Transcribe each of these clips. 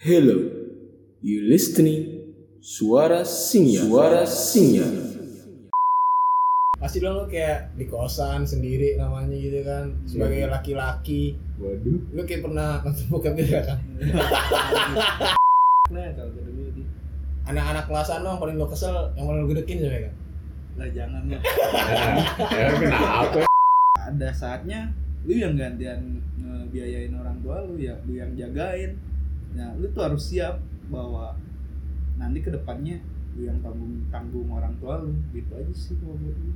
Hello, you listening Suara Sinyal. Suara Sinyal. Pasti dong lu kayak di kosan sendiri namanya gitu kan, sebagai laki-laki. Waduh. Lu kayak pernah nonton bokep gitu kan? Nah, kalau dulu di Anak-anak kelasan dong paling lu kesel, yang paling lu gedekin siapa kan? lah jangan lah. Kenapa? Ada saatnya lu yang gantian ngebiayain orang tua lu, ya lu yang jagain. Nah, lu tuh harus siap bahwa nanti ke depannya lu yang tanggung orang tua lu. Gitu aja sih kalau buat lu.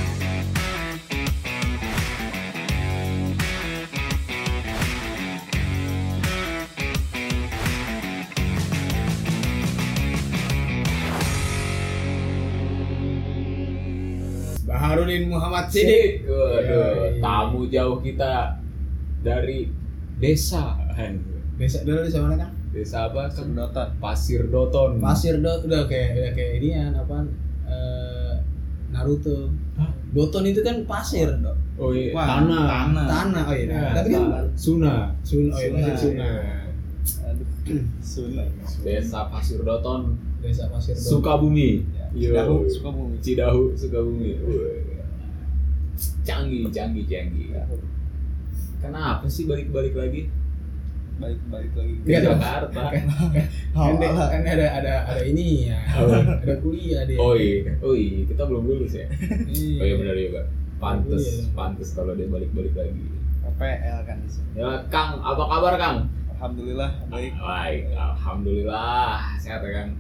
Baharudin Muhammad Siddiq. Waduh, tamu jauh kita dari desa. Desa dulu di mana kan? Desa apa? Sedotan. Pasir Doton. Pasir udah kayak inian apaan? Naruto. Doton itu kan pasir. Oh iya, Wah, tanah. Oh iya. Ya, Tapi kan Suna. Oh iya, pasir Suna. Aduh, Suna. Desa Pasir Doton. Desa Pasir Doton. Sukabumi. Cidahu, Sukabumi. Cidahu, Sukabumi. Canggih. Kenapa sih balik lagi Balik lagi. ke Jakarta? Kan ada ini ya. Ada kuliah dia. Oh iya, kita belum lulus ya. Iya. Oh iya benar juga. Iya. Pantes kalau dia balik lagi. PPL kan di sini. Ya Kang, apa kabar Kang? Alhamdulillah baik. Baik, alhamdulillah sehat ya Kang.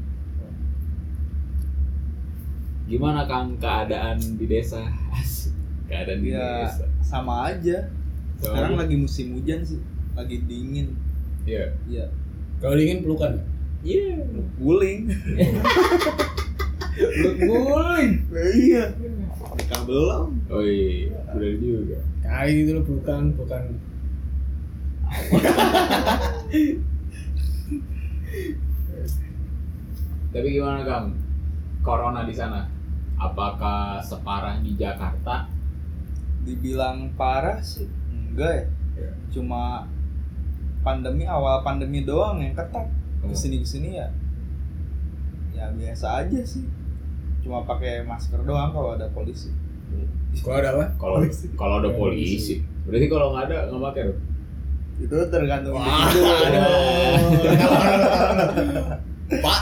Gimana Kang keadaan di desa? Keadaan di Ya desa. sama aja. Sekarang lagi musim hujan sih, lagi dingin. Iya. Iya. Kalau dingin pelukan ya? Iya. Guling. Guling. Iya. Nikah belum? Oh iya, udah juga. Kali gitu lo pelukan. Tapi gimana Kang? Corona di sana? Apakah separah di Jakarta? Dibilang parah sih enggak ya. Iya. Cuma awal pandemi doang yang ketat. Kesini ya biasa aja sih. Cuma pakai masker doang kalau ada polisi. Kalau ada apa? Kalau ada polisi. Berarti kalau nggak ada nggak pakai dong? Itu tergantung Wah, individu. Pak.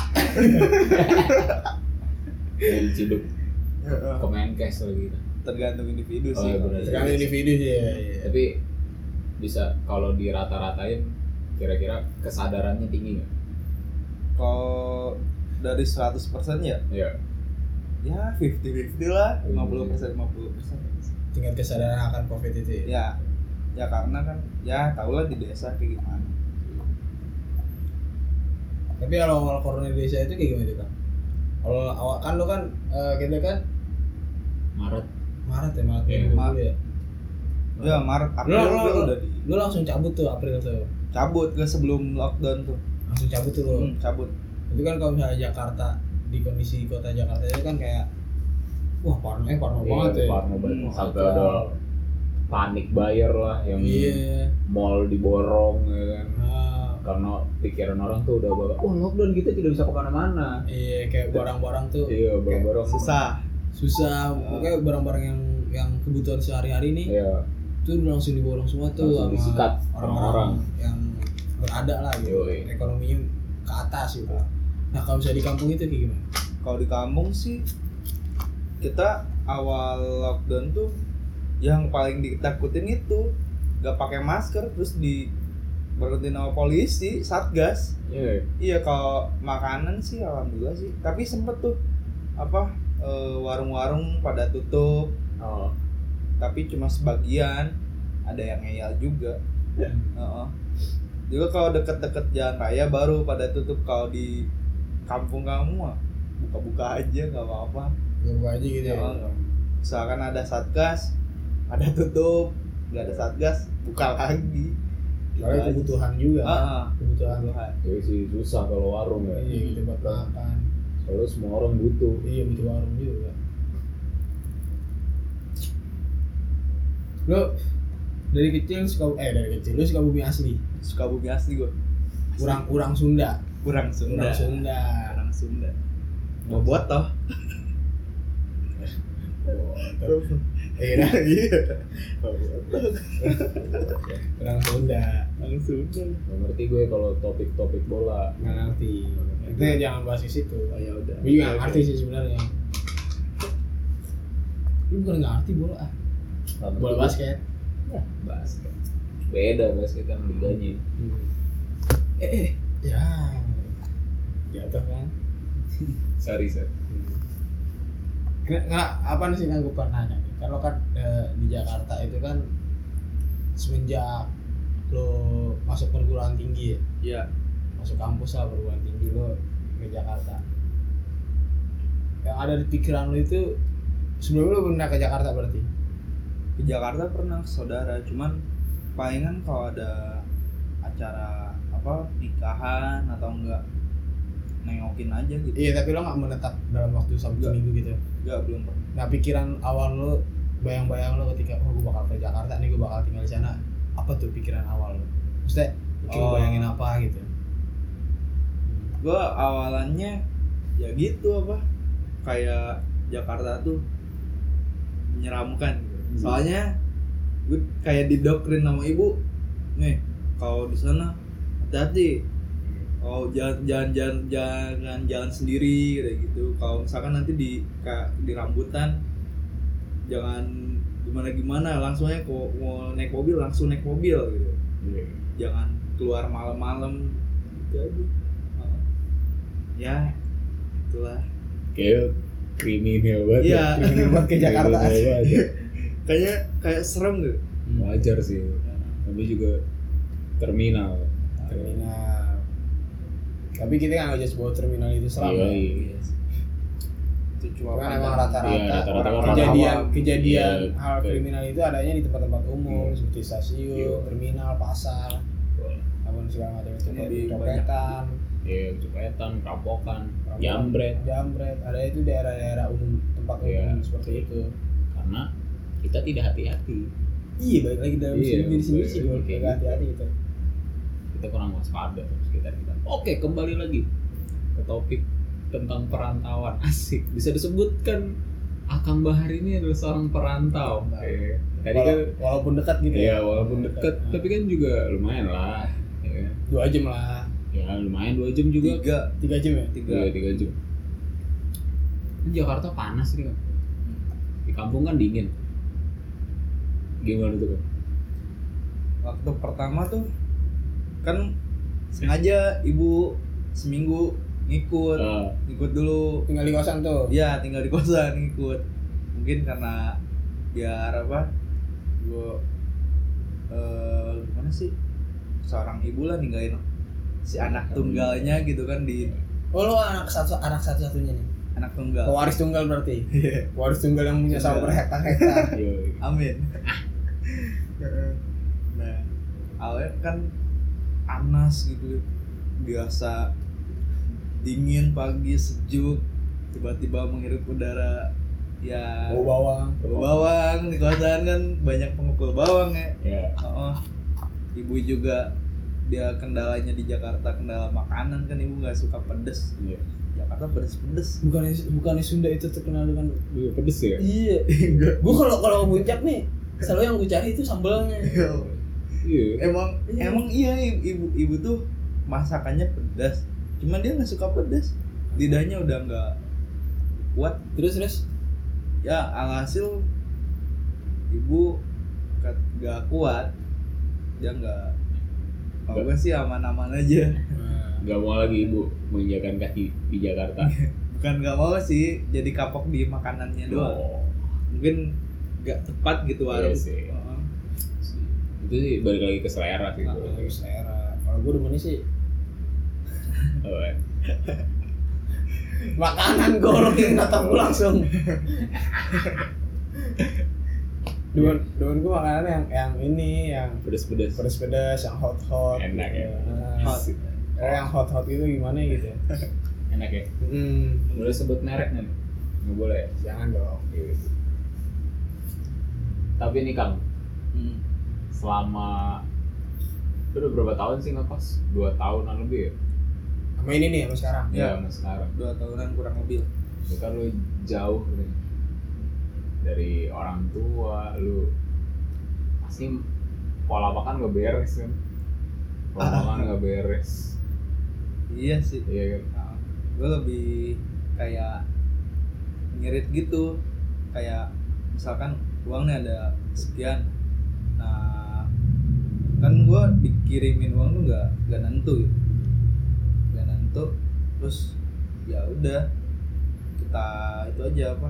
Yang ciduk Kemenkes lagi gitu. Tergantung individu Oh, sih. iya, benar. Tergantung individu sih ya. Tapi bisa kalau dirata-ratain kira-kira kesadarannya tinggi nggak? Kalau dari 100% ya Iya. ya 50-50 lah, 50%. Tingkat kesadaran akan COVID itu ya. Ya karena kan ya tahulah di desa kayak gimana. Tapi kalau awal corona di desa itu kayak gimana tuh Kang? Kalau awal kan lo kan kita kan Maret. Maret Iya, minggu dulu ya. Ya Maret April udah Lu langsung cabut tuh April tuh. cabut ke sebelum lockdown tuh. Langsung cabut tuh lo. Cabut. Itu kan kalau misalnya Jakarta, di kondisi kota Jakarta itu kan kayak wah parno banget ya. Parno banget. Sampai ada panik buyer lah yang Iya. mall diborong ya kan. Nah, Karena pikiran orang tuh udah bahwa lockdown kita tidak bisa kemana-mana. iya kayak barang-barang tuh Iya, barang-barang Susah. pokoknya barang-barang yang kebutuhan sehari-hari nih Iya. itu langsung diborong semua tuh Langsung disikat orang-orang yang berada lah gitu. Yoi. Ekonominya ke atas gitu. Nah kalau misalnya di kampung itu kayak gimana? Kalau di kampung sih kita awal lockdown tuh yang paling ditakutin itu gak pakai masker terus berhenti sama polisi, satgas. Iya. Iya, kalau makanan sih alhamdulillah sih. Tapi sempet tuh warung-warung pada tutup. Oh. Tapi cuma sebagian, ada yang ngeyel juga. Juga kalau deket-deket jalan raya baru pada tutup. Kalau di kampung kamu mah buka-buka aja nggak apa-apa. Gua aja gitu ya. Misalkan ada satgas, ada tutup, nggak ada satgas, buka lagi. Soalnya kebutuhan juga. Kebutuhan. Jadi sih susah kalau warung ya. Iya gitu buat makan. Soalnya semua orang butuh. Iya butuh warung juga. Lo dari kecil lu Sukabumi asli. Sukabumi asli gue. Urang Sunda. Kurang Sunda. Urang Sunda. Kurang Sunda. Bobot toh. Iya. Urang Sunda. Kurang Sunda. Nggak ngerti gue kalau topik bola. Nggak ngerti. Itu jangan bahas di situ. Oh ya udah. Gue juga nggak ngerti sih sebenarnya. Lu bukan nggak ngerti bola ah? Bola basket. Basket. Beda basket kan liganya. Ya. Jatuh kan. Sorry. Nggak apa sih kan gue pernah nanya nih. Kalau kan di Jakarta itu kan semenjak lo masuk perguruan tinggi ya, Iya. masuk kampus lah perguruan tinggi lo ke Jakarta. Yang ada di pikiran lo itu sebelum lo pernah ke Jakarta berarti? Ke Jakarta pernah saudara, cuman palingan kalau ada acara apa nikahan atau enggak nengokin aja gitu. Iya tapi lo nggak menetap dalam waktu Sabtu Nggak. Minggu gitu. Enggak, belum pernah. Nah pikiran awal lo, bayang-bayang lo ketika gue bakal ke Jakarta nih, gue bakal tinggal di sana, apa tuh pikiran awal lo? Maksudnya lo bayangin apa gitu? Gue awalannya ya gitu apa kayak Jakarta tuh menyeramkan gitu. Soalnya gue kayak didoktrin sama ibu nih, kalau di sana hati-hati, jangan jalan sendiri kayak gitu. Kalau misalkan nanti di rambutan jangan gimana langsung aja, kok mau naik mobil langsung naik mobil gitu. Jangan keluar malam-malam gitu aja. Ya itulah Kayak kriminal banget. Iya. Kriminal banget ke Jakarta. Kriminal banget. kayak serem gitu. Wajar sih. Tapi juga terminal. Tapi kita nggak ngejudge bahwa terminal itu seram. Iya. Itu cuma Karena emang Iya, rata-rata rata-rata orang orang kejadian Iya, hal betul. kriminal itu adanya di tempat-tempat umum Iya. seperti stasiun, Iya. terminal, pasar, apa segala macam itu kayak Lebih copetan, Iya, kecopetan, perampokan, jambret. ada itu daerah-daerah umum, tempat Iya. umum seperti itu. Karena kita tidak hati-hati. Iya, balik lagi dalam Iya, diri sendiri sih, balik gue lagi. hati-hati gitu. Kita kurang waspada terus sekitar kita. Oke, kembali lagi ke topik tentang perantauan. Asik. Bisa disebutkan Akang Bahar ini adalah seorang perantau. Oke. Tadi kan Walaupun dekat gitu iya, ya. walaupun dekat, tapi kan juga lumayan lah. Ya, 2 jam lah, ya lumayan 2 jam juga. 3 jam ya. 3 jam. Kan Jakarta panas nih kan. Di kampung kan dingin. Gimana tuh kan? Waktu pertama tuh kan sengaja ibu seminggu ngikut dulu. Tinggal di kosan tuh. Iya, tinggal di kosan ngikut. Mungkin karena biar apa? Gue gimana sih? Seorang ibu lah ninggalin si anak tunggalnya gitu kan di Oh, lo anak satu-satunya nih. anak tunggal. Pewaris tunggal berarti. Iya. Pewaris tunggal yang punya sawah berhektar-hektar. Yo. Amin. Nah, awalnya kan panas gitu, biasa dingin pagi sejuk, tiba-tiba menghirup udara ya Bau bawang. di kosan kan banyak pengepul bawang ya. Ya. Ibu juga dia kendalanya di Jakarta, kendala makanan kan, ibu nggak suka pedes. Iya. Jakarta pedes. Bukannya Sunda itu terkenal dengan Pedes ya? iya. Gua kalau ke puncak nih selalu yang gue cari itu sambalnya. Iya. Emang iya, ibu tuh masakannya pedas. Cuman dia nggak suka pedas. Lidahnya udah nggak kuat. Terus Ya alhasil ibu nggak kuat. Dia nggak. Kalau gue sih aman-aman aja. Gak mau lagi ibu menginjakan kaki di Jakarta. Bukan nggak mau sih, jadi kapok di makanannya doang. Oh. Mungkin nggak tepat gitu Iya warung. sih. Itu sih balik lagi ke selera sih. selera. Kalau gue demennya sih Oh, ya. makanan goreng natap gue langsung. Demen gue makanan yang ini yang Pedes-pedes. pedas-pedas, yang hot. Enak ya. Hot. Yang hot itu gimana gitu ya? Enak ya. Boleh sebut merek nggak? Nggak boleh. Jangan dong. Gitu. Tapi nih Kang, selama Lu udah berapa tahun sih ngekos? 2 tahunan lebih ya? Sama ini nih, sama sekarang. Ya. Sama sekarang. 2 tahunan kurang lebih. Itu kan lu jauh nih dari orang tua, lu pasti pola makan gak beres kan? Pola makan gak beres. Iya sih. Iya kan? Nah, gue lebih kayak ngirit gitu, kayak misalkan uang nih ada sekian, nah kan gue dikirimin uang tuh nggak nentu gitu, nggak nentu, terus ya udah kita itu aja apa,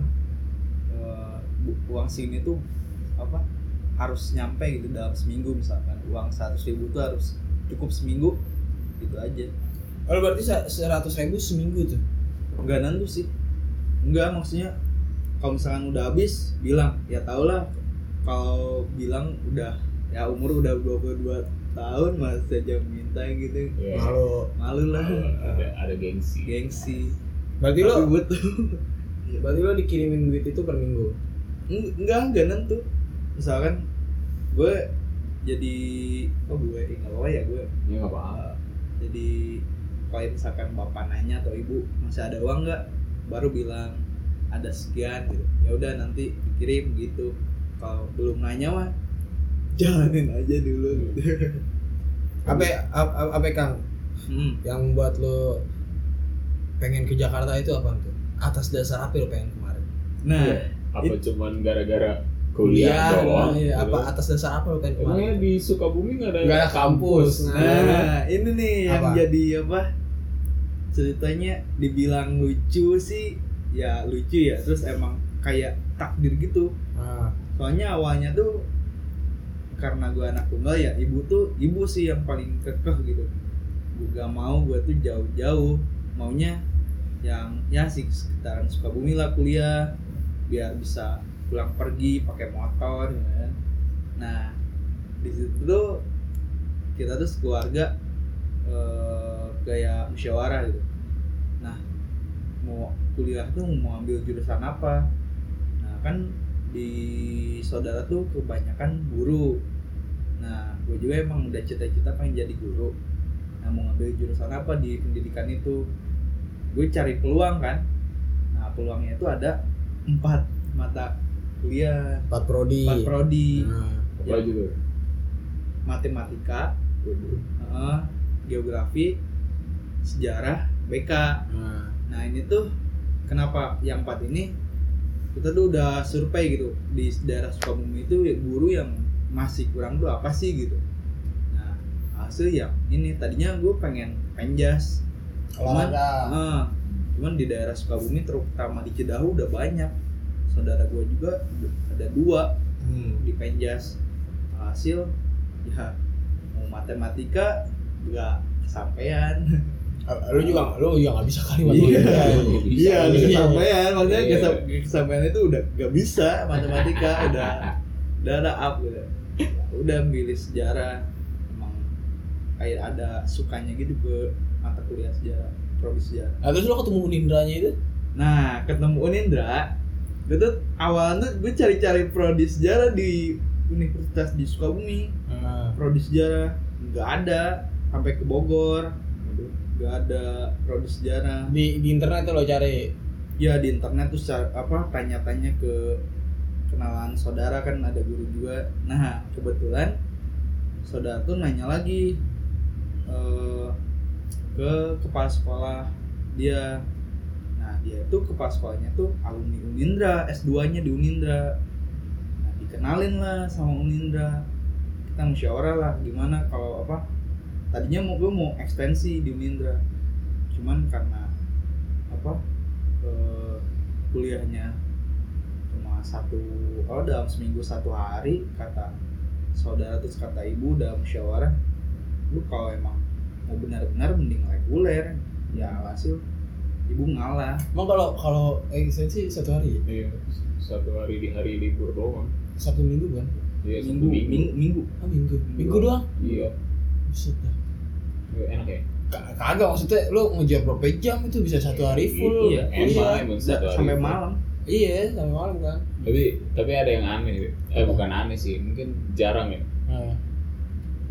uang sini tuh apa harus nyampe gitu dalam seminggu, misalkan uang 100.000 tuh harus cukup seminggu gitu aja. Oh, berarti 100.000 seminggu tuh? Nggak nentu sih, nggak, maksudnya kalau misalkan udah habis bilang ya tau lah, kalau bilang udah ya umur udah 22 tahun masih aja minta gitu. Yeah. Malu lah. Ada gengsi. Berarti lo butuh. Berarti lo dikirimin duit itu per minggu? Enggak nentu. Misalkan gue jadi nggak apa ya gue. Ya nggak apa. Jadi kalau misalkan bapak nanya atau ibu masih ada uang nggak, baru bilang ada sekian gitu. Ya udah nanti dikirim gitu. Kalau belum nanya mah jalanin aja dulu gitu. Apa Kang? Yang buat lo pengen ke Jakarta itu apa tuh? Atas dasar apa lo pengen kemarin? Nah, apa cuman gara-gara kuliah doang? Iya. Apa atas dasar apa lo pengen kemarin? Emangnya di Sukabumi nggak ada kampus? Nah, ini nih yang Apa? jadi apa? Ceritanya dibilang lucu sih, ya lucu ya. Terus emang kayak takdir gitu. Soalnya awalnya tuh karena gue anak tunggal ya, ibu sih yang paling kekeh gitu. Gue gak mau gue tuh jauh-jauh, maunya yang ya sih sekitaran Sukabumi lah kuliah, biar bisa pulang pergi pakai motor ya kan. Nah di situ tuh kita tuh sekeluarga kayak musyawarah gitu. Nah mau kuliah tuh mau ambil jurusan apa? Nah kan di saudara tuh kebanyakan guru. Nah gue juga emang udah cita-cita pengen jadi guru. Nah mau ngambil jurusan apa di pendidikan itu? Gue cari peluang kan. Nah peluangnya itu ada 4 mata kuliah, 4 prodi. Apa aja tuh? Matematika, geografi, sejarah, BK. Nah ini tuh kenapa yang 4 ini kita tuh udah survei gitu di daerah Sukabumi itu ya, guru yang masih kurang tuh apa sih gitu. Nah hasil yang ini tadinya gue pengen penjas, cuman di daerah Sukabumi terutama di Cidahu udah banyak. Saudara gue juga ada 2 di penjas. Hasil ya mau matematika nggak kesampaian. Lu juga nggak bisa kali matematika. Iya, kesampaian. Maksudnya kesampaian itu udah nggak bisa matematika, udah ada up gitu. Udah milih sejarah, emang kayak ada sukanya gitu ke mata kuliah sejarah, prodi sejarah. Nah, terus lu ketemu Unindranya itu? Nah, ketemu Unindra, gue tuh awalnya gue cari-cari prodi sejarah di Universitas di Sukabumi. Prodi sejarah nggak ada, sampai ke Bogor nggak ada prodi sejarah. Di internet tuh lo cari? Ya di internet tuh tanya-tanya ke kenalan saudara, kan ada guru juga. Nah kebetulan saudara tuh nanya lagi ke kepala sekolah dia. Nah dia tuh kepala sekolahnya tuh alumni Unindra, S2-nya di Unindra. Nah dikenalin lah sama Unindra, kita musyawarah lah gimana kalau apa. Tadinya gue mau ekstensi di Unindra, cuman karena kuliahnya cuma dalam seminggu 1 hari, kata saudara terus kata ibu udah musyawarah, lu kalau emang mau benar-benar mending reguler. Ya hasil ibu ngalah. Emang kalau ekstensi 1 hari? Iya, 1 hari di hari libur doang. Sabtu Minggu kan? Iya, Minggu. Minggu doang? Iya. Buset dah. Enak ya? Kagak, maksudnya lu ngejar berapa jam itu bisa 1 hari full. Iya. Emang 1 hari Sampai full. malam. Iya, sampai malam kan. Tapi ada yang aneh. Bukan aneh sih, mungkin jarang ya.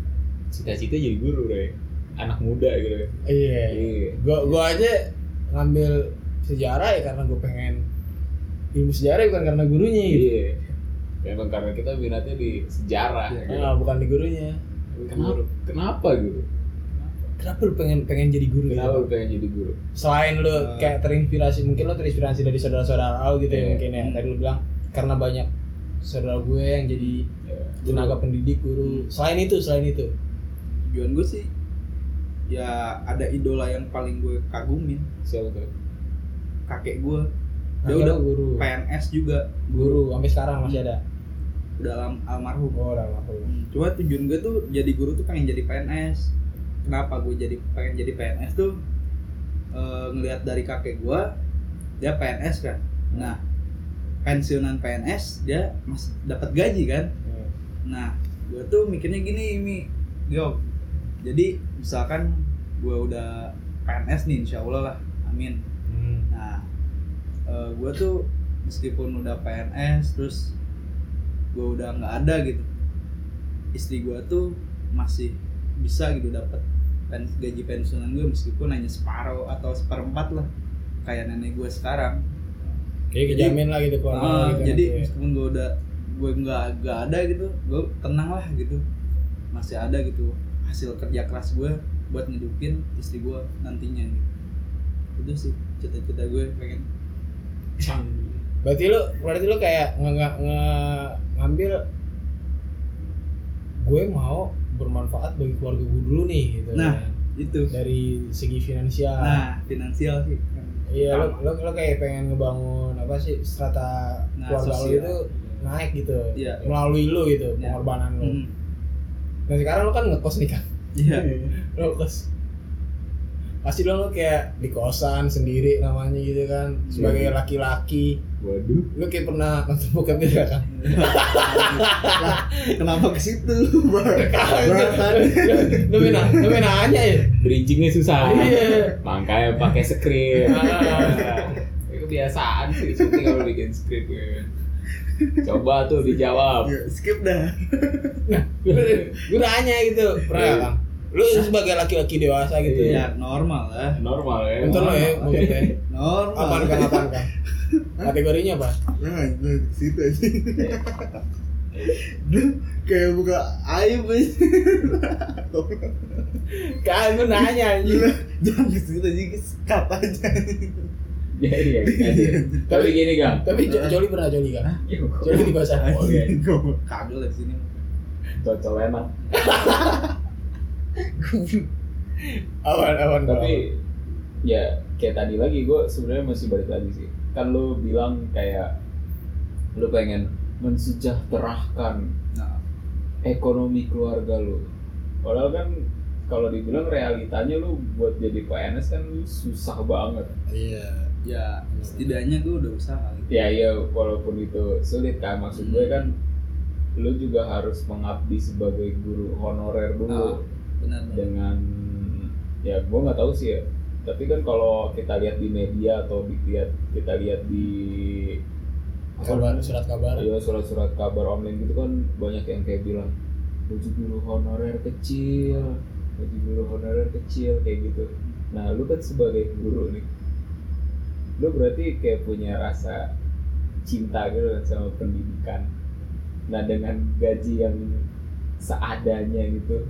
cita-cita jadi guru deh, anak muda gitu. Iya. Iya. Gua aja ngambil sejarah ya karena gue pengen ilmu sejarah, bukan karena gurunya gitu. Iya. Memang karena kita minatnya di sejarah. Gitu. Bukan di gurunya. Kenapa gitu? Kenapa lu pengen jadi guru? Kenapa gitu? lu pengen jadi guru? Selain lu kayak terinspirasi, mungkin lu terinspirasi dari saudara-saudara lu gitu ya mungkin ya. Tadi lu bilang karena banyak saudara gue yang jadi tenaga pendidik, guru. Selain itu Tujuan gue sih ya ada idola yang paling gue kagumin. Siapa tuh? Kakek gue. Dia Kakek udah lu guru. PNS juga. Guru sampai sekarang masih ada. Udah almarhum. Oh, udah almarhum. Cuma tujuan gue tuh jadi guru tuh pengen jadi PNS. Kenapa gue pengen jadi PNS tuh ngelihat dari kakek gue, dia PNS kan. Nah, pensiunan PNS dia masih dapat gaji kan. Nah, gue tuh mikirnya gini, jadi misalkan gue udah PNS nih, insya Allah lah, amin. Nah, gue tuh meskipun udah PNS, terus gue udah nggak ada gitu, istri gue tuh masih bisa gitu dapat gaji pensiunan gue meskipun hanya separuh atau seperempat lah, kayak nenek gue sekarang. Jadi kejamin lah gitu kalau gitu. Jadi meskipun gue nggak ada gitu, gue tenang lah gitu, masih ada gitu hasil kerja keras gue buat ngidupin istri gue nantinya gitu. Itu sih cita-cita gue pengen. Berarti lu kayak ngambil gue mau bermanfaat bagi keluarga gue dulu nih gitu. Nah, kan. Itu dari segi finansial. Nah, finansial sih. Iya, lo kayak pengen ngebangun apa sih strata keluarga lo itu naik gitu. Iya. Melalui lo gitu, pengorbanan lo. Dan sekarang lo kan ngekos nih kan. Iya. Lo kos. Pasti lo kayak di kosan sendiri namanya gitu kan, sebagai laki-laki. Waduh. Lo kayak pernah nonton bokep gitu kan? Kenapa ke situ? Lu nanya ya? Bridgingnya susah. Iya. Makanya pakai skrip. Itu kebiasaan sih, syuting kalau bikin skrip ya. Coba tuh dijawab. Skip dah. Nah, gue nanya gitu, pernah kan? Lu sebagai laki-laki dewasa gitu. Ya normal lah. Normal ya. Nonton lo ya, mungkin ya. Normal. Apaan kan? Kategorinya apa? Nah, situ aja. Kayak buka aib aja. Kan gue nanya anjing. Jangan ke situ aja, cut aja. Iya. Tapi gini Gang. Tapi Joli pernah Joli kan? Joli di kosan. Oh iya. Kagak lah di sini. Cocok enak. Awan. Tapi ya kayak tadi lagi gue sebenarnya masih balik lagi sih. Kan lu bilang kayak lu pengen mensejahterakan ekonomi keluarga lu. Padahal kan kalau dibilang realitanya lu buat jadi PNS kan lu susah banget. Iya. Ya setidaknya gue udah usaha gitu. Ya iya, walaupun itu sulit kan, maksud gue kan lu juga harus mengabdi sebagai guru honorer dulu. Benar. Dengan ya gue nggak tahu sih ya, tapi kan kalau kita lihat di media atau kita lihat di surat kabar. Iya, surat kabar online gitu kan banyak yang kayak bilang gaji guru honorer kecil kayak gitu. Nah lu kan sebagai guru nih, lu berarti kayak punya rasa cinta gitu kan sama pendidikan. Nah dengan gaji yang seadanya gitu,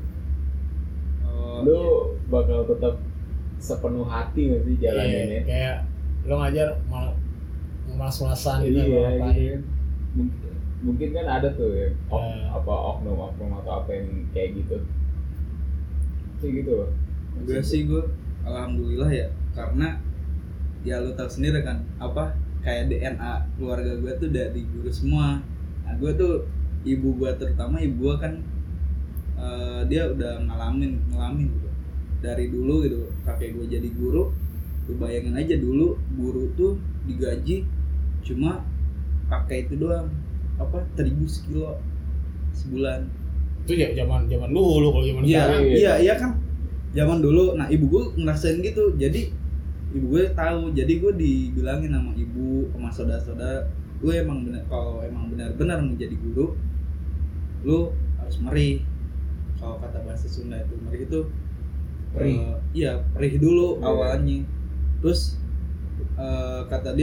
lu bakal tetap sepenuh hati nggak sih jalaninnya? Iya, kayak lu ngajar malas-malasan gitu. Iya. Mungkin kan ada tuh ya, oknum atau apa yang kayak gitu. Kayak gitu loh. Gue sih alhamdulillah ya, karena ya lu tahu sendiri kan apa kayak DNA keluarga gue tuh dari guru semua. Nah gue tuh ibu gue terutama ibu gue kan dia udah ngalamin gitu dari dulu gitu. Kakek gue jadi guru, lu bayangin aja dulu guru tuh digaji cuma pakai itu doang, apa, terigu sekilo sebulan. Itu ya zaman dulu, kalau zaman sekarang. Iya kan zaman dulu. Nah ibu gue ngerasain gitu, jadi ibu gue tahu, jadi gue dibilangin sama ibu sama saudara-saudara, lu kalau emang benar-benar mau jadi guru, lu harus merih kalau kata bahasa Sunda itu merih itu Perih. Iya perih dulu Iya. awalnya. Terus kata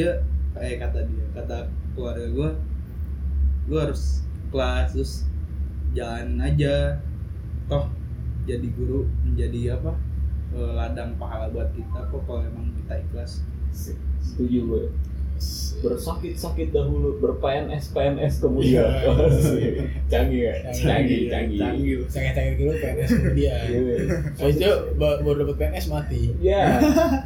keluarga gue harus kelas terus jalanin aja, toh jadi guru menjadi apa ladang pahala buat kita kok kalau emang kita ikhlas. Setuju gue. Bersakit-sakit dahulu, berPNS kemudian. Canggih ya? Canggih. Sakit-sakit dulu PNS kemudian. Soalnya itu baru dapat PNS mati. Ya.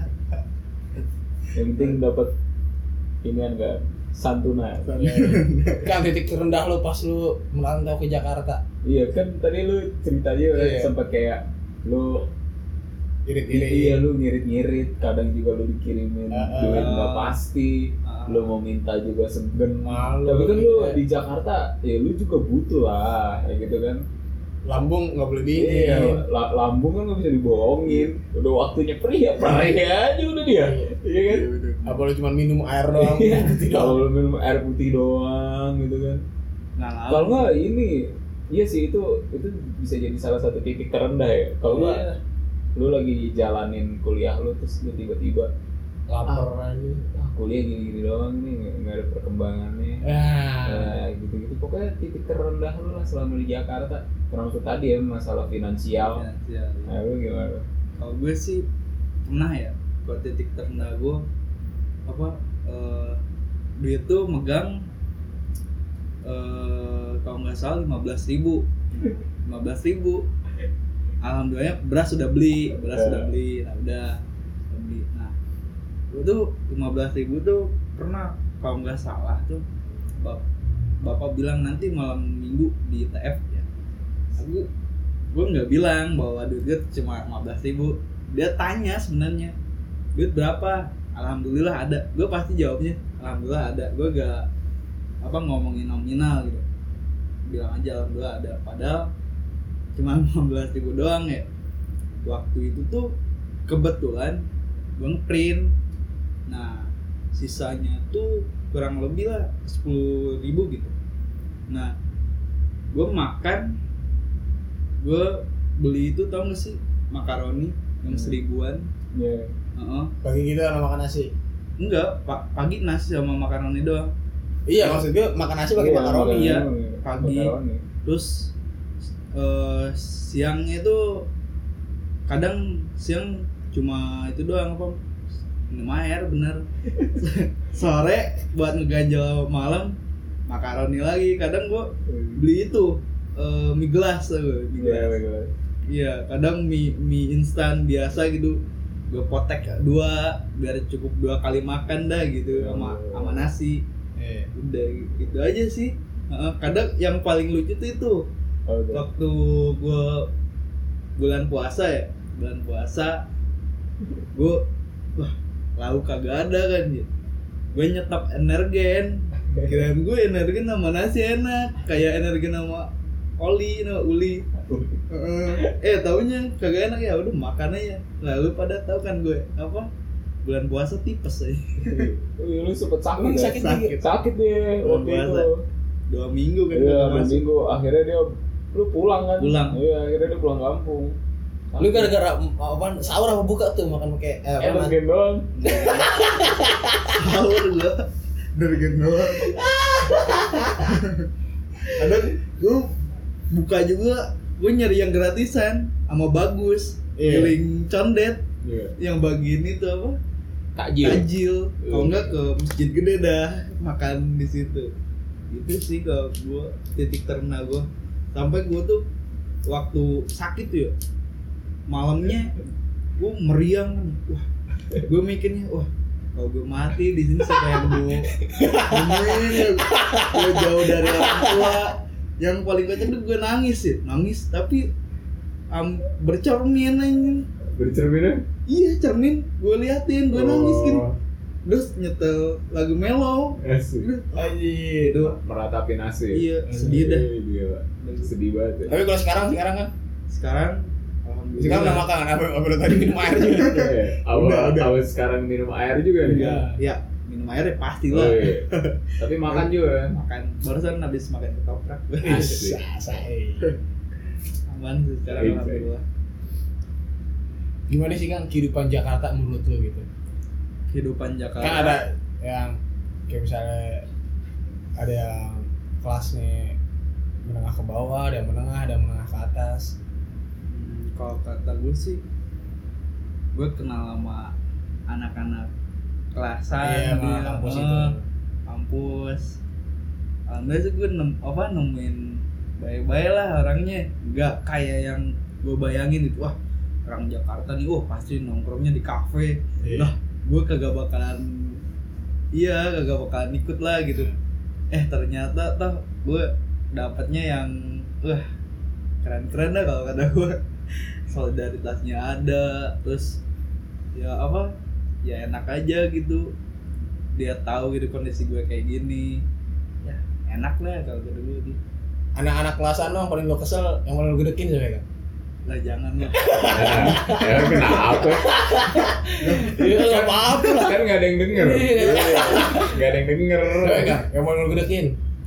Yang penting dapat inian kan, santunan. Kan titik terendah lu pas lu merantau ke Jakarta. Iya kan tadi lu cerita aja Iya. sempat kayak lu Irit-irit. iya lu ngirit-ngirit, kadang juga lu dikirimin duit nggak pasti, lu mau minta juga segen. Malu, Tapi kan lu iya. di Jakarta ya lu juga butuh lah kayak gitu kan. Lambung nggak boleh dingin. Iya, lambung kan nggak bisa dibohongin. Udah waktunya perih aja udah dia. Iya kan? Apa lu cuma minum air doang? Iya. putih doang. Kalau lu minum air putih doang gitu kan. Nggak lama. Kalau nggak ini, iya sih itu bisa jadi salah satu titik terendah ya. Kalau nggak, Iya. lu lagi jalanin kuliah lu terus lu tiba-tiba Lapar aja. kuliah gini-gini doang nih, nggak ada perkembangannya. Ah. Gitu-gitu pokoknya titik terendah lu lah selama di Jakarta. Termasuk tadi ya masalah finansial. Ya. Nah, lu gimana? Kalau gue sih pernah ya, kalau titik terendah gue duit tuh megang kalau nggak salah 15.000. Alhamdulillah beras sudah beli. Nah udah beli. Nah itu 15.000 tuh pernah kalau nggak salah tuh bapak bilang nanti malam minggu di ITF ya. Gue nggak bilang bahwa duit cuma 15.000. Dia tanya sebenarnya duit berapa. Alhamdulillah ada. Gue pasti jawabnya alhamdulillah ada. Gue gak ngomongin nominal gitu. Bilang aja alhamdulillah ada. Padahal cuma 15.000 doang ya. Waktu itu tuh kebetulan gue nge-print. Nah sisanya tuh kurang lebih lah 10.000 gitu. Nah gue makan, gue beli itu tau gak sih makaroni yang 1.000-an. Iya. Pagi gitu kan makan nasi. Enggak, pagi nasi sama makaroni doang. Iya, maksud gue makan nasi pakai makaroni. Iya, pagi. Makaroni. Terus siangnya itu kadang siang cuma itu doang minum air bener. Sore buat ngeganjel malam makaroni lagi. Kadang gua beli itu mie gelas tuh, mie gelas. Iya, kadang mie instan biasa gitu. Gue potek 2 biar cukup 2 kali makan dah gitu sama nasi. Udah gitu aja sih. Kadang yang paling lucu tuh itu waktu gue bulan puasa gue lauk kagak ada kan ya. Gue nyetop Energen. Kirain gue Energen sama nasi enak, kayak Energen sama uli. Taunya kagak enak ya, udah makan aja. Lalu pada tahu kan gue bulan puasa tipes aja. Lu sempet sakit. Emang ya? Sakit deh waktu itu. 2 minggu kan. Iya, 2 minggu. Akhirnya dia lu pulang kan? Iya, akhirnya dia pulang kampung. Lu gara-gara sahur apa buka tuh makan pakai Energen doang. Sahur gue Energen doang. Kadang gue buka juga, gue nyari yang gratisan sama bagus. Giling condet. Yang bagian itu takjil. Kalau enggak ke masjid gede dah makan di situ. Itu sih kalau gue titik terendah gue. Sampai gue tuh waktu sakit tuh ya, malamnya gue meriang nih. Wah, gue mikirnya kalau gue mati di sini siapa yang gue jauh dari orang tua. Yang paling kocak tuh gue nangis tapi bercermin aja. Bercermin? Iya, cermin. Gue liatin, gue nangis gini. Terus nyetel lagu mellow. Anjir. Itu meratapi nasib. iya, sedih dah. Gila. Sedih banget ya. Tapi kalau sekarang kan Sekarang alhamdulillah. sekarang udah makan apa tadi minum air juga. Awal sekarang minum air juga nih. Iya, minum air ya pasti lah. Tapi makan juga kan? Makan barusan habis makan ketoprak. aman sih sekarang Baik, alhamdulillah. Gimana sih Kang kehidupan Jakarta menurut lu gitu? Kehidupan Jakarta. Kan ada yang kayak misalnya ada yang kelasnya menengah ke bawah, ada yang menengah ke atas. Kalau kata gue sih, gue kenal sama anak-anak kelasan Iya, di kampus itu. kampus. Alhamdulillah sih gue nemuin baik-baik lah orangnya, nggak kayak yang gue bayangin itu. Wah, orang Jakarta nih, wah pasti nongkrongnya di kafe. Iya. Lah, gue kagak bakalan ikut lah gitu. Ternyata tuh gue dapatnya yang keren-keren dah kalau kata gue. Solidaritasnya ada, terus ya enak aja gitu. Dia tahu gitu kondisi gue kayak gini, ya enak lah kalau kata gue gitu. Anak-anak kelasan lo yang paling lo kesel, yang paling lo gedekin siapa Kang? Lah jangan lah. Ya kenapa? Iya nggak apa-apa lah. Kan nggak ada yang denger. Nggak ada yang denger. Siapa Kang? Yang paling lo gedekin?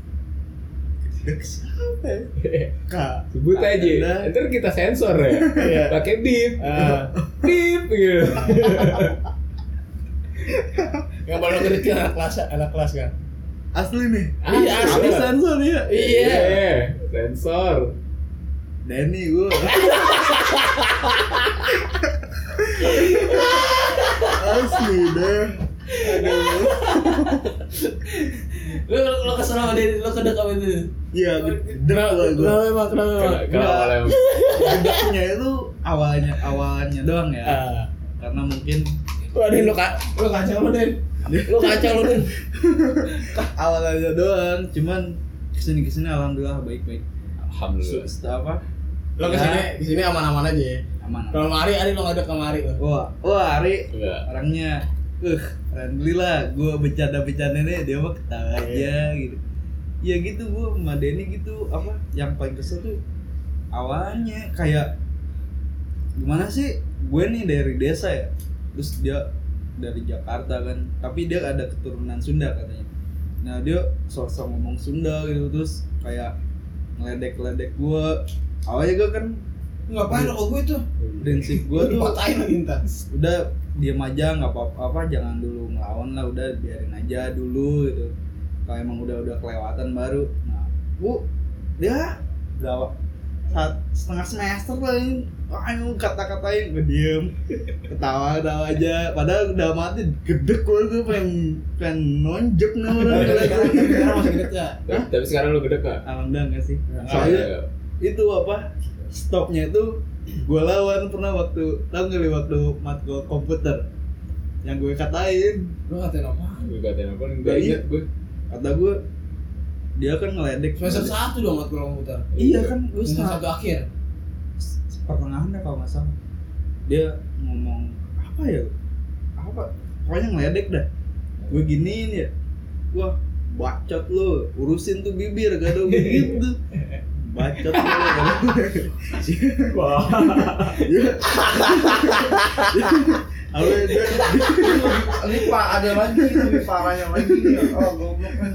Siapa ya? Kak, Sebut aja. Ntar kita sensor ya. Iya. Pakai beep. Beep gitu. Yang paling lo gedekin anak kelas Kang? asli nih. Iya, asli. Sensor ya. Iya. Sensor. Denny gue. Asli deh. Aduh. Lo kesel sama dia, lo kedek sama itu. Iya, Kenapa emang? Kenapa emang? Gedeknya itu awalnya doang ya. Karena mungkin Waduh, lo kacau lo Den. awalnya doang, cuman kesini alhamdulillah baik-baik. Alhamdulillah. Apa? Lo kesini aman-aman aja ya. Aman. Kalau Ari lo ngadek sama Ari lo. Wah, Ari Iya. orangnya friendly lah. Gue bercanda-bercandanya dia mah ketawa aja gitu. Ya gitu gue sama Denny gitu. Yang paling kesel tuh awalnya kayak gimana sih, gue nih dari desa ya, terus dia dari Jakarta kan, tapi dia ada keturunan Sunda katanya. Nah dia sosok ngomong Sunda gitu, terus kayak ngeledek gue. Awalnya gue kan Ngapain lo gue tuh? prinsip gue tuh Dipatahin lagi ntar. udah diam aja, nggak apa-apa, jangan dulu ngelawan lah, udah biarin aja dulu gitu. Kalau emang udah kelewatan baru. Nah, dia berapa setengah semester paling kata-katain, gue diem, ketawa aja, padahal udah mati gedek gue pengen nonjok nih orang. Sekarang masih gede ya? Tapi sekarang lu gede gak? Alhamdulillah nggak sih. Iya. Soalnya itu stopnya itu gue lawan pernah waktu matkul komputer yang gue katain. Lo ngatain apa? Gue katain apa? Gak Gak inget gue. Kata gue dia kan ngeledek Semester 1 dong matkul komputer. iya kan gue Semester 1 akhir. pertengahan dah kalau nggak salah. Dia ngomong pokoknya ngeledek dah. Gue giniin ya, wah bacot lo, urusin tuh bibir, gak ada begitu. Bacot lo. Wah. Ini Pak ada lagi lebih parahnya lagi nih. Goblok kan.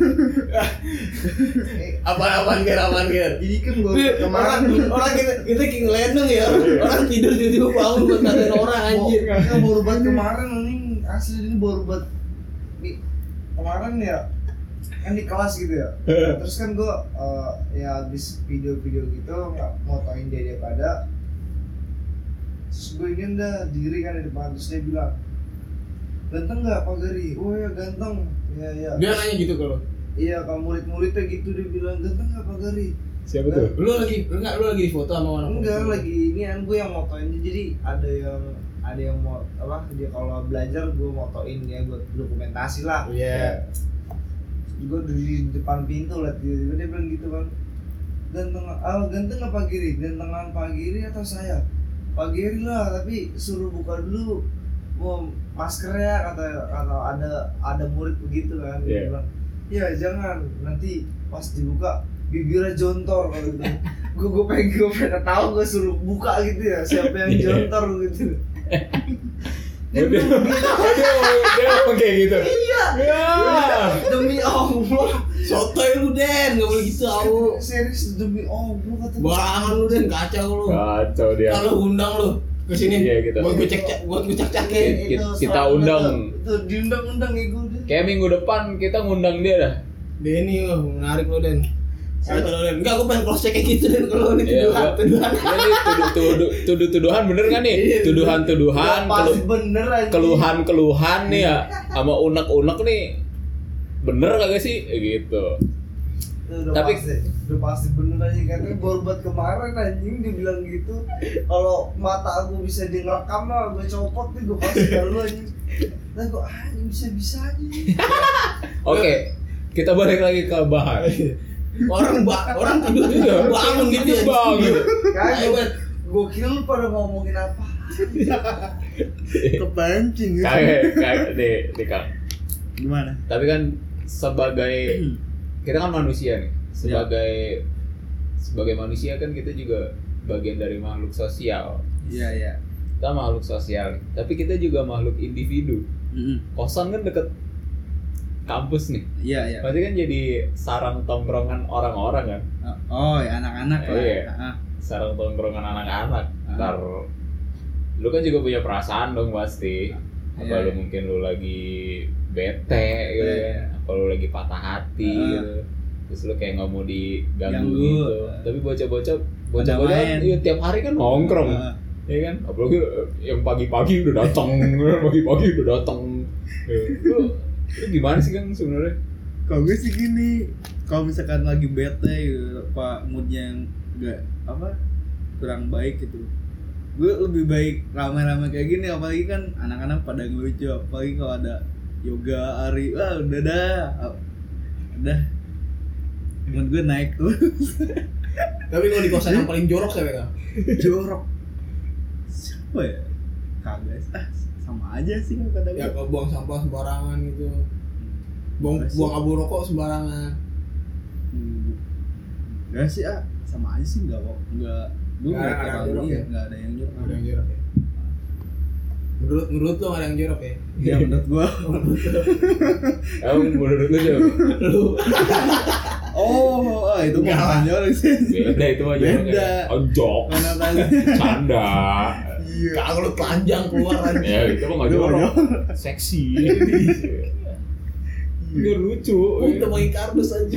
Apaan Ger? Ini kan gue kemarin Orang kita kayak ngelenong ya. Orang tidur tiba-tiba bangun buat ngatain orang anjir. baru banget kemarin ini asli ini baru banget kemarin ya kan di kelas gitu ya. Terus kan gue ya habis video-video gitu nggak motoin dia pada. Terus gue ingin dah diri kan di depan, terus dia bilang ganteng nggak Pak Gari? Oh ya ganteng. Ya. Dia nanya gitu kalau. Iya kalau murid-muridnya gitu dia bilang ganteng nggak Pak Gari? Siapa tuh? Lu lagi di foto sama orang? Enggak lagi ini kan gue yang motoin dia, jadi ada yang mau dia kalau belajar gue motoin dia buat dokumentasi lah. Iya. Gue di depan pintu liat dia bilang gitu kan, ganteng apa Giri? Gantengan Pak Giri atau saya? Pak Giri lah, tapi suruh buka dulu mau maskernya, kata ada murid begitu kan. Dia bilang ya jangan, nanti pas dibuka bibirnya jontor kalau gitu. gue pengen tahu, gue suruh buka gitu ya, siapa yang jontor gitu. Dia ngomong kayak gitu. Iya, Demi Allah. Sotoy lu Den, enggak boleh gitu aku. Serius demi Allah kata. Barangan lu Den, kacau lu. Kacau dia. Kalau undang lu ke sini. Iya, gitu. Buat gue cek-cakin. Kita undang. Itu diundang-undang ego dia. Kayak minggu depan kita ngundang dia dah. Denny menarik lu Den. Kacau lu Den. Enggak, gue pengen cross check kayak gitu Den kalau ini Iya, tuduhan. Ini tuduhan bener kan nih? Tuduhan-tuduhan, Pasti bener aja. keluhan nih ya, sama unek-unek nih. Bener kagak sih? Gitu. Udah Tapi- pasti bener aja karena baru buat kemarin anjing dibilang gitu. Kalau mata aku bisa direkam mah gue copot nih gue kasih ke lu anjing. Nah gue anjing bisa aja. Oke, kita balik lagi ke bahan. Orang tidur bangun gitu ya. Bangun. Kagak gue kira lu pada ngomongin apa. Kepancing ya. Kayak deh Kang. Gimana? Tapi kan sebagai kita kan manusia nih. Sebagai manusia kan kita juga bagian dari makhluk sosial. Iya. Kita makhluk sosial nih. Tapi kita juga makhluk individu. Kosan kan deket kampus nih. Iya. Pasti kan jadi sarang tongkrongan orang-orang kan. Oh, ya anak-anak lah. Iya. Sarang tongkrongan anak-anak. Ntar lu kan juga punya perasaan dong pasti. Apa Iya. lu mungkin lu lagi bete gitu Iya. kan. Apa lu lagi patah hati gitu. Terus lu kayak nggak mau diganggu Ganggu. gitu. Tapi bocah-bocah main. iya tiap hari kan nongkrong. Ya kan? Apalagi yang pagi-pagi udah datang, pagi-pagi udah datang. Lu gimana sih Kang sebenarnya? Kalau gue sih gini, kalau misalkan lagi bete gitu, apa moodnya yang enggak kurang baik gitu, gue lebih baik rame-rame kayak gini. Apalagi kan anak-anak pada ngelucu, apalagi kalau ada yoga, Ari, wah udah mood gue naik tuh. Tapi kalau di kosan yang paling jorok siapa Kang? Jorok siapa ya? Kagak sama aja sih kata gue. Ya kalau buang sampah sembarangan gitu. Buang abu rokok sembarangan. Enggak sih sama aja sih, enggak gue Nggak ada yang jorok ya? enggak ada yang jorok. Ada yang jorok ya. Menurut lo ada yang jorok ya? Iya menurut gue. Emang menurut lu siapa? Lu Oh, itu bukan jorok sih. Beda itu mah jorok Beda. ya. Ojok, Mana tadi? canda. Iya. kalau telanjang keluar aja. Ya itu mah nggak jorok. Seksi. Biar lucu. Kita mau kardus aja.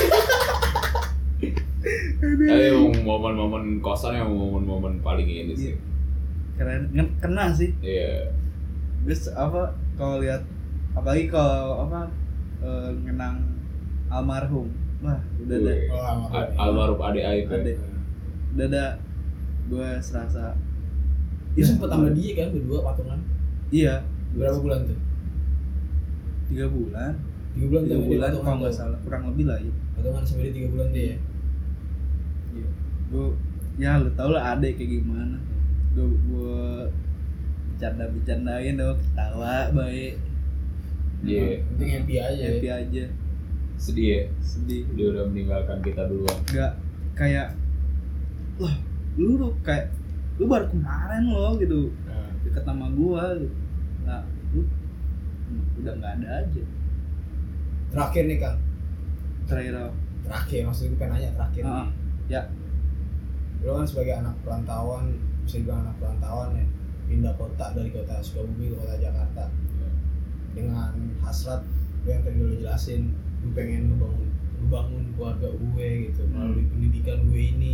Tapi emang momen-momen kosan yang momen-momen paling ini sih. Keren, kena sih. Iya. Terus kalau lihat apalagi kalau ngenang almarhum, wah udah ada Wih. Almarhum Ade Aib. Ade. Udah ada gue serasa. Dia sempet sama dia kan berdua patungan. Iya. Berapa bulan tuh? 3 bulan. 3 bulan 3 tuh bulan kalau nggak salah, kurang lebih lah ya. Patungan sampai dia 3 bulan deh ya. Iya. Gue ya lu tau lah Ade kayak gimana. Gue bercandain dong, ketawa baik. Iya. Penting happy aja. Happy aja. Sedih ya. Sedih. Dia udah meninggalkan kita duluan. Nggak kayak lah lu kayak lu baru kemarin lo gitu deket sama gua gitu. Nah lu udah nggak ada aja. Terakhir nih Kang. Terakhir Maksudnya gue pengen nanya terakhir nih. ya Lo kan sebagai anak perantauan, bisa dibilang anak perantauan ya, pindah kota dari kota Sukabumi ke kota Jakarta dengan hasrat lo yang tadi lo jelasin, gue pengen ngebangun keluarga gue gitu melalui pendidikan gue ini.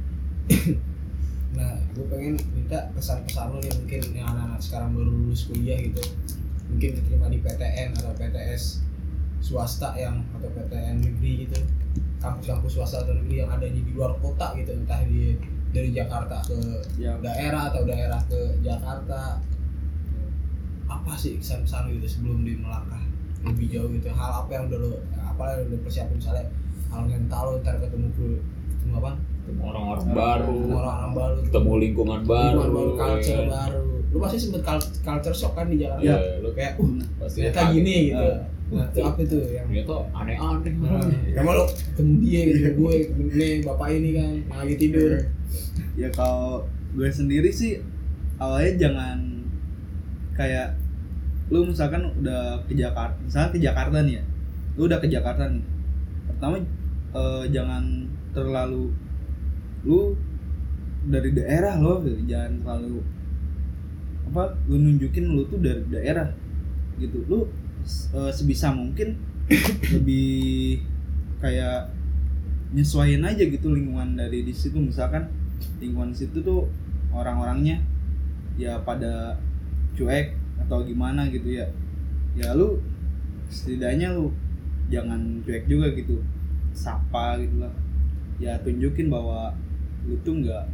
Nah, gue pengen minta pesan-pesan lo nih, mungkin yang anak-anak sekarang baru lulus kuliah gitu, mungkin diterima di PTN atau PTS swasta atau PTN negeri gitu, kampus-kampus swasta atau negeri yang adanya di luar kota gitu, entah dari Jakarta ke daerah atau daerah ke Jakarta. Apa sih kesan-kesan lo gitu sebelum dia melangkah lebih jauh gitu? Hal apa yang udah lo persiapin, misalnya hal mental lo ntar ketemu apa? Ketemu orang-orang baru. Orang-orang baru, Ketemu lingkungan baru. Culture baru. Lu pasti sempet culture shock kan di Jakarta? Iya, lu Kayak pasti ternyata gini gitu. Nah, itu apa tuh yang ternyata aneh-aneh. emang lo ketemu dia gitu, gue ketemu nih bapak ini kan yang lagi tidur. ya kalau gue sendiri sih awalnya jangan kayak lu misalkan udah ke Jakarta, misalkan ke Jakarta nih ya, lu udah ke Jakarta nih, pertama jangan terlalu lu dari daerah loh, jangan terlalu lu nunjukin lu tuh dari daerah gitu. Lu sebisa mungkin lebih kayak nyesuaiin aja gitu lingkungan dari di situ. Misalkan lingkungan situ tuh orang-orangnya ya pada cuek atau gimana gitu ya, ya lu setidaknya lu jangan cuek juga gitu, sapa gitu lah ya, tunjukin bahwa lu tuh nggak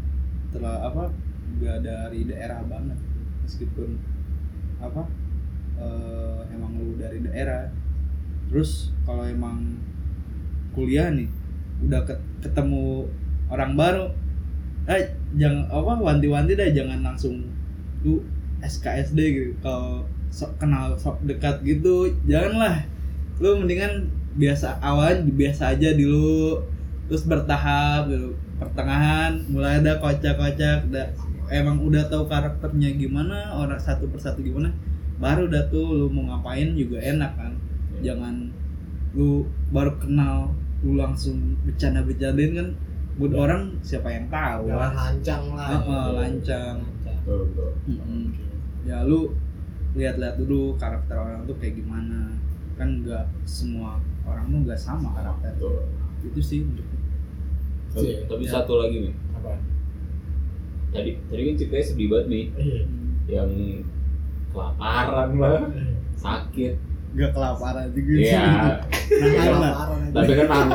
dari daerah banget, meskipun emang lu dari daerah. Terus kalau emang kuliah nih udah ketemu orang baru, jangan wanti-wanti dah, jangan langsung lu SKSD gitu. Kalau kenal sok dekat gitu janganlah, lu mendingan awalnya biasa aja dulu, terus bertahap gitu, pertengahan mulai ada kocak-kocak, emang udah tahu karakternya gimana, orang satu persatu gimana, baru udah tuh lu mau ngapain juga enak kan. Jangan lu baru kenal lu langsung bercanda-bercandain kan, buat orang siapa yang tahu. Jangan lancang lah. Lancang. Betul. Ya lu lihat-lihat dulu karakter orang tuh kayak gimana, kan nggak semua orang tuh nggak sama karakter. Itu sih untuk. Tapi satu lagi nih. Apa? Tadi kan ceritanya sedih banget nih, yang kelaparan lah, sakit. Gak kelaparan juga sih. Iya. Tapi kan nahan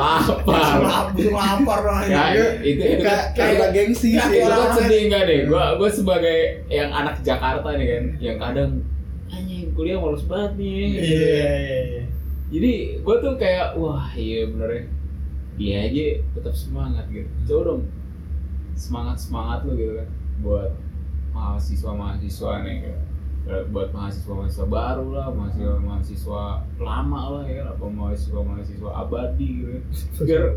lapar lah. Ya, itu kayak gengsi sih. Itu kan sedih enggak deh? Gua sebagai yang anak Jakarta nih kan, yang kadang anjing kuliah males banget nih. Iya. Jadi gua tuh kayak wah iya bener ya. Dia aja tetap semangat gitu. Coba dong semangat lu gitu kan buat mahasiswa nih gitu. Buat mahasiswa baru lah, mahasiswa lama lah ya kan, apa mahasiswa abadi gitu biar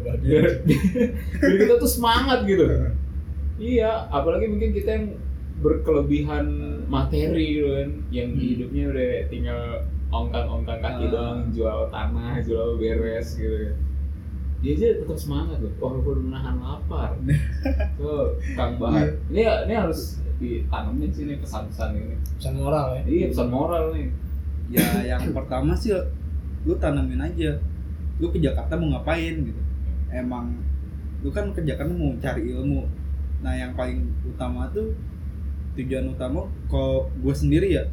kita tuh semangat gitu. Iya, apalagi mungkin kita yang berkelebihan materi gitu kan, yang hidupnya udah tinggal ongkang kaki doang, jual tanah, jual beres gitu kan. Dia aja tetap semangat loh, walaupun menahan lapar. Tuh, Kang Bahar, ini harus ditanemin sih nih pesan-pesan ini. Pesan moral ya? Iya, pesan moral nih. Ya yang pertama sih lu tanemin aja, lu ke Jakarta mau ngapain gitu. Emang lu kan ke Jakarta mau cari ilmu. Nah yang paling utama tuh, tujuan utama kalau gue sendiri ya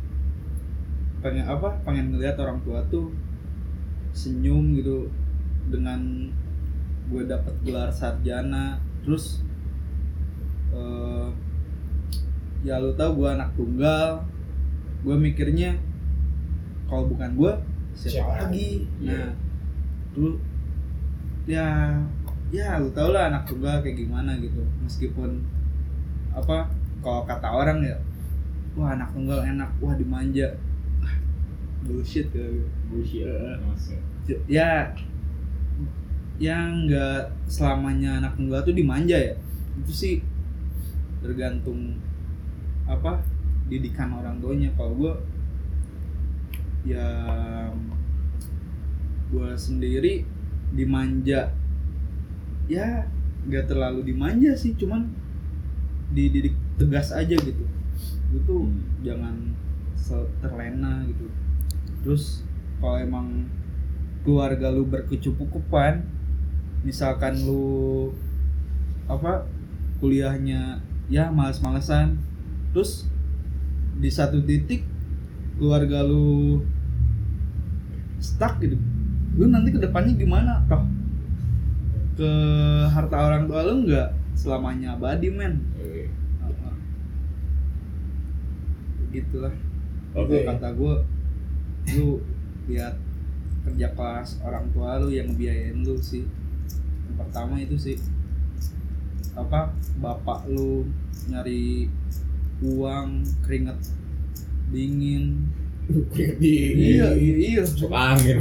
pengen ngeliat orang tua tuh senyum gitu dengan gue dapet gelar sarjana. Terus ya lu tahu gue anak tunggal, gue mikirnya kalau bukan gue siapa lagi. Nah lu ya lu tau lah anak tunggal kayak gimana gitu. Meskipun kalau kata orang ya, wah anak tunggal enak, wah dimanja, bullshit gitu. Ya yang nggak selamanya anak tunggal tuh dimanja ya. Itu sih tergantung didikan orang tuanya. Kalau gue sendiri dimanja ya nggak terlalu dimanja sih, cuman dididik tegas aja gitu. Lu tuh jangan terlena gitu. Terus kalau emang keluarga lu berkecukupan, misalkan lu kuliahnya ya malas-malesan, terus di satu titik keluarga lu stuck gitu, lu nanti kedepannya gimana? Toh ke harta orang tua lu nggak selamanya abadi men. Gitulah. Itu kata gue, lu lihat kerja keras orang tua lu yang ngebiayain lu sih. Yang pertama itu sih bapak lu nyari uang keringet dingin. Iya suka angin,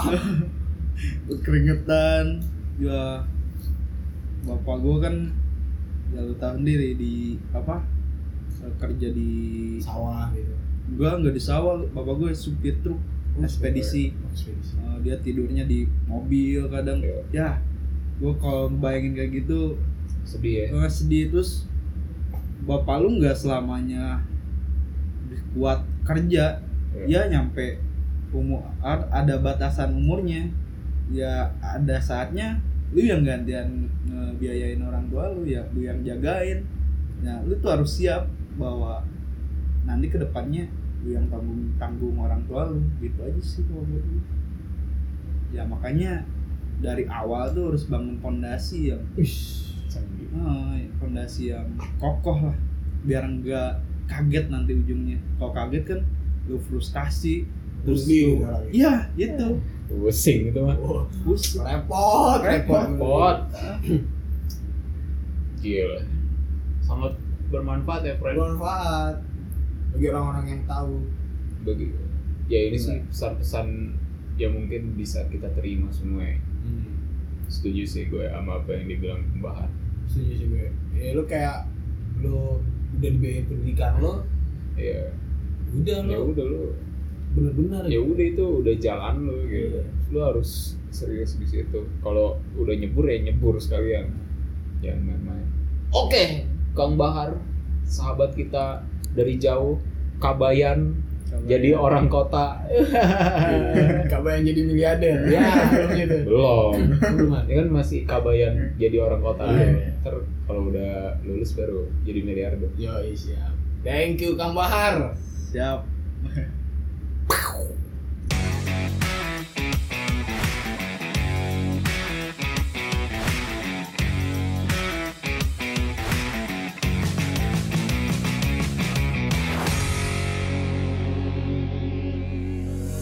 keringetan ya. Bapak gua kan ya lu tahu sendiri di kerja di sawah gitu. Gua nggak di sawah, bapak gue supir truk ekspedisi. Dia tidurnya di mobil kadang. Ya, gue kalau bayangin kayak gitu Sedih ya. sedih. Terus bapak lu nggak selamanya kuat kerja, ya nyampe umur, ada batasan umurnya. Ya ada saatnya lu yang gantian ngebiayain orang tua lu, ya lu yang jagain. Nah lu tuh harus siap bahwa nanti kedepannya lu yang tanggung orang tua lu, gitu aja sih kalau buat gue. Ya makanya dari awal tuh harus bangun fondasi yang fondasi yang kokoh lah, biar enggak kaget nanti ujungnya. Kalau kaget kan lu frustasi terus lu, iya gitu, Pusing itu mah. Repot. Gila. Sangat bermanfaat ya, friend. Bermanfaat bagi orang-orang yang tahu. Ya ini sih pesan-pesan yang mungkin bisa kita terima semua ya. Setuju sih gue sama apa yang dibilang Bahar. Setuju sih gue. Ya lu kayak lu udah dibiayai pendidikan lo, Ya udah lu bener-bener ya udah itu udah jalan lu gitu. Lu harus serius di situ. Kalau udah nyebur ya nyebur sekalian. Jangan main-main. Oke, Kang Bahar, sahabat kita dari jauh, Kabayan. Jadi orang kota. Kabayan jadi miliarder. Ya, gitu. belum. Ini kan masih Kabayan jadi orang kota. Ntar kalau udah lulus baru jadi miliarder. Yo, siap. Thank you Kang Bahar. siap.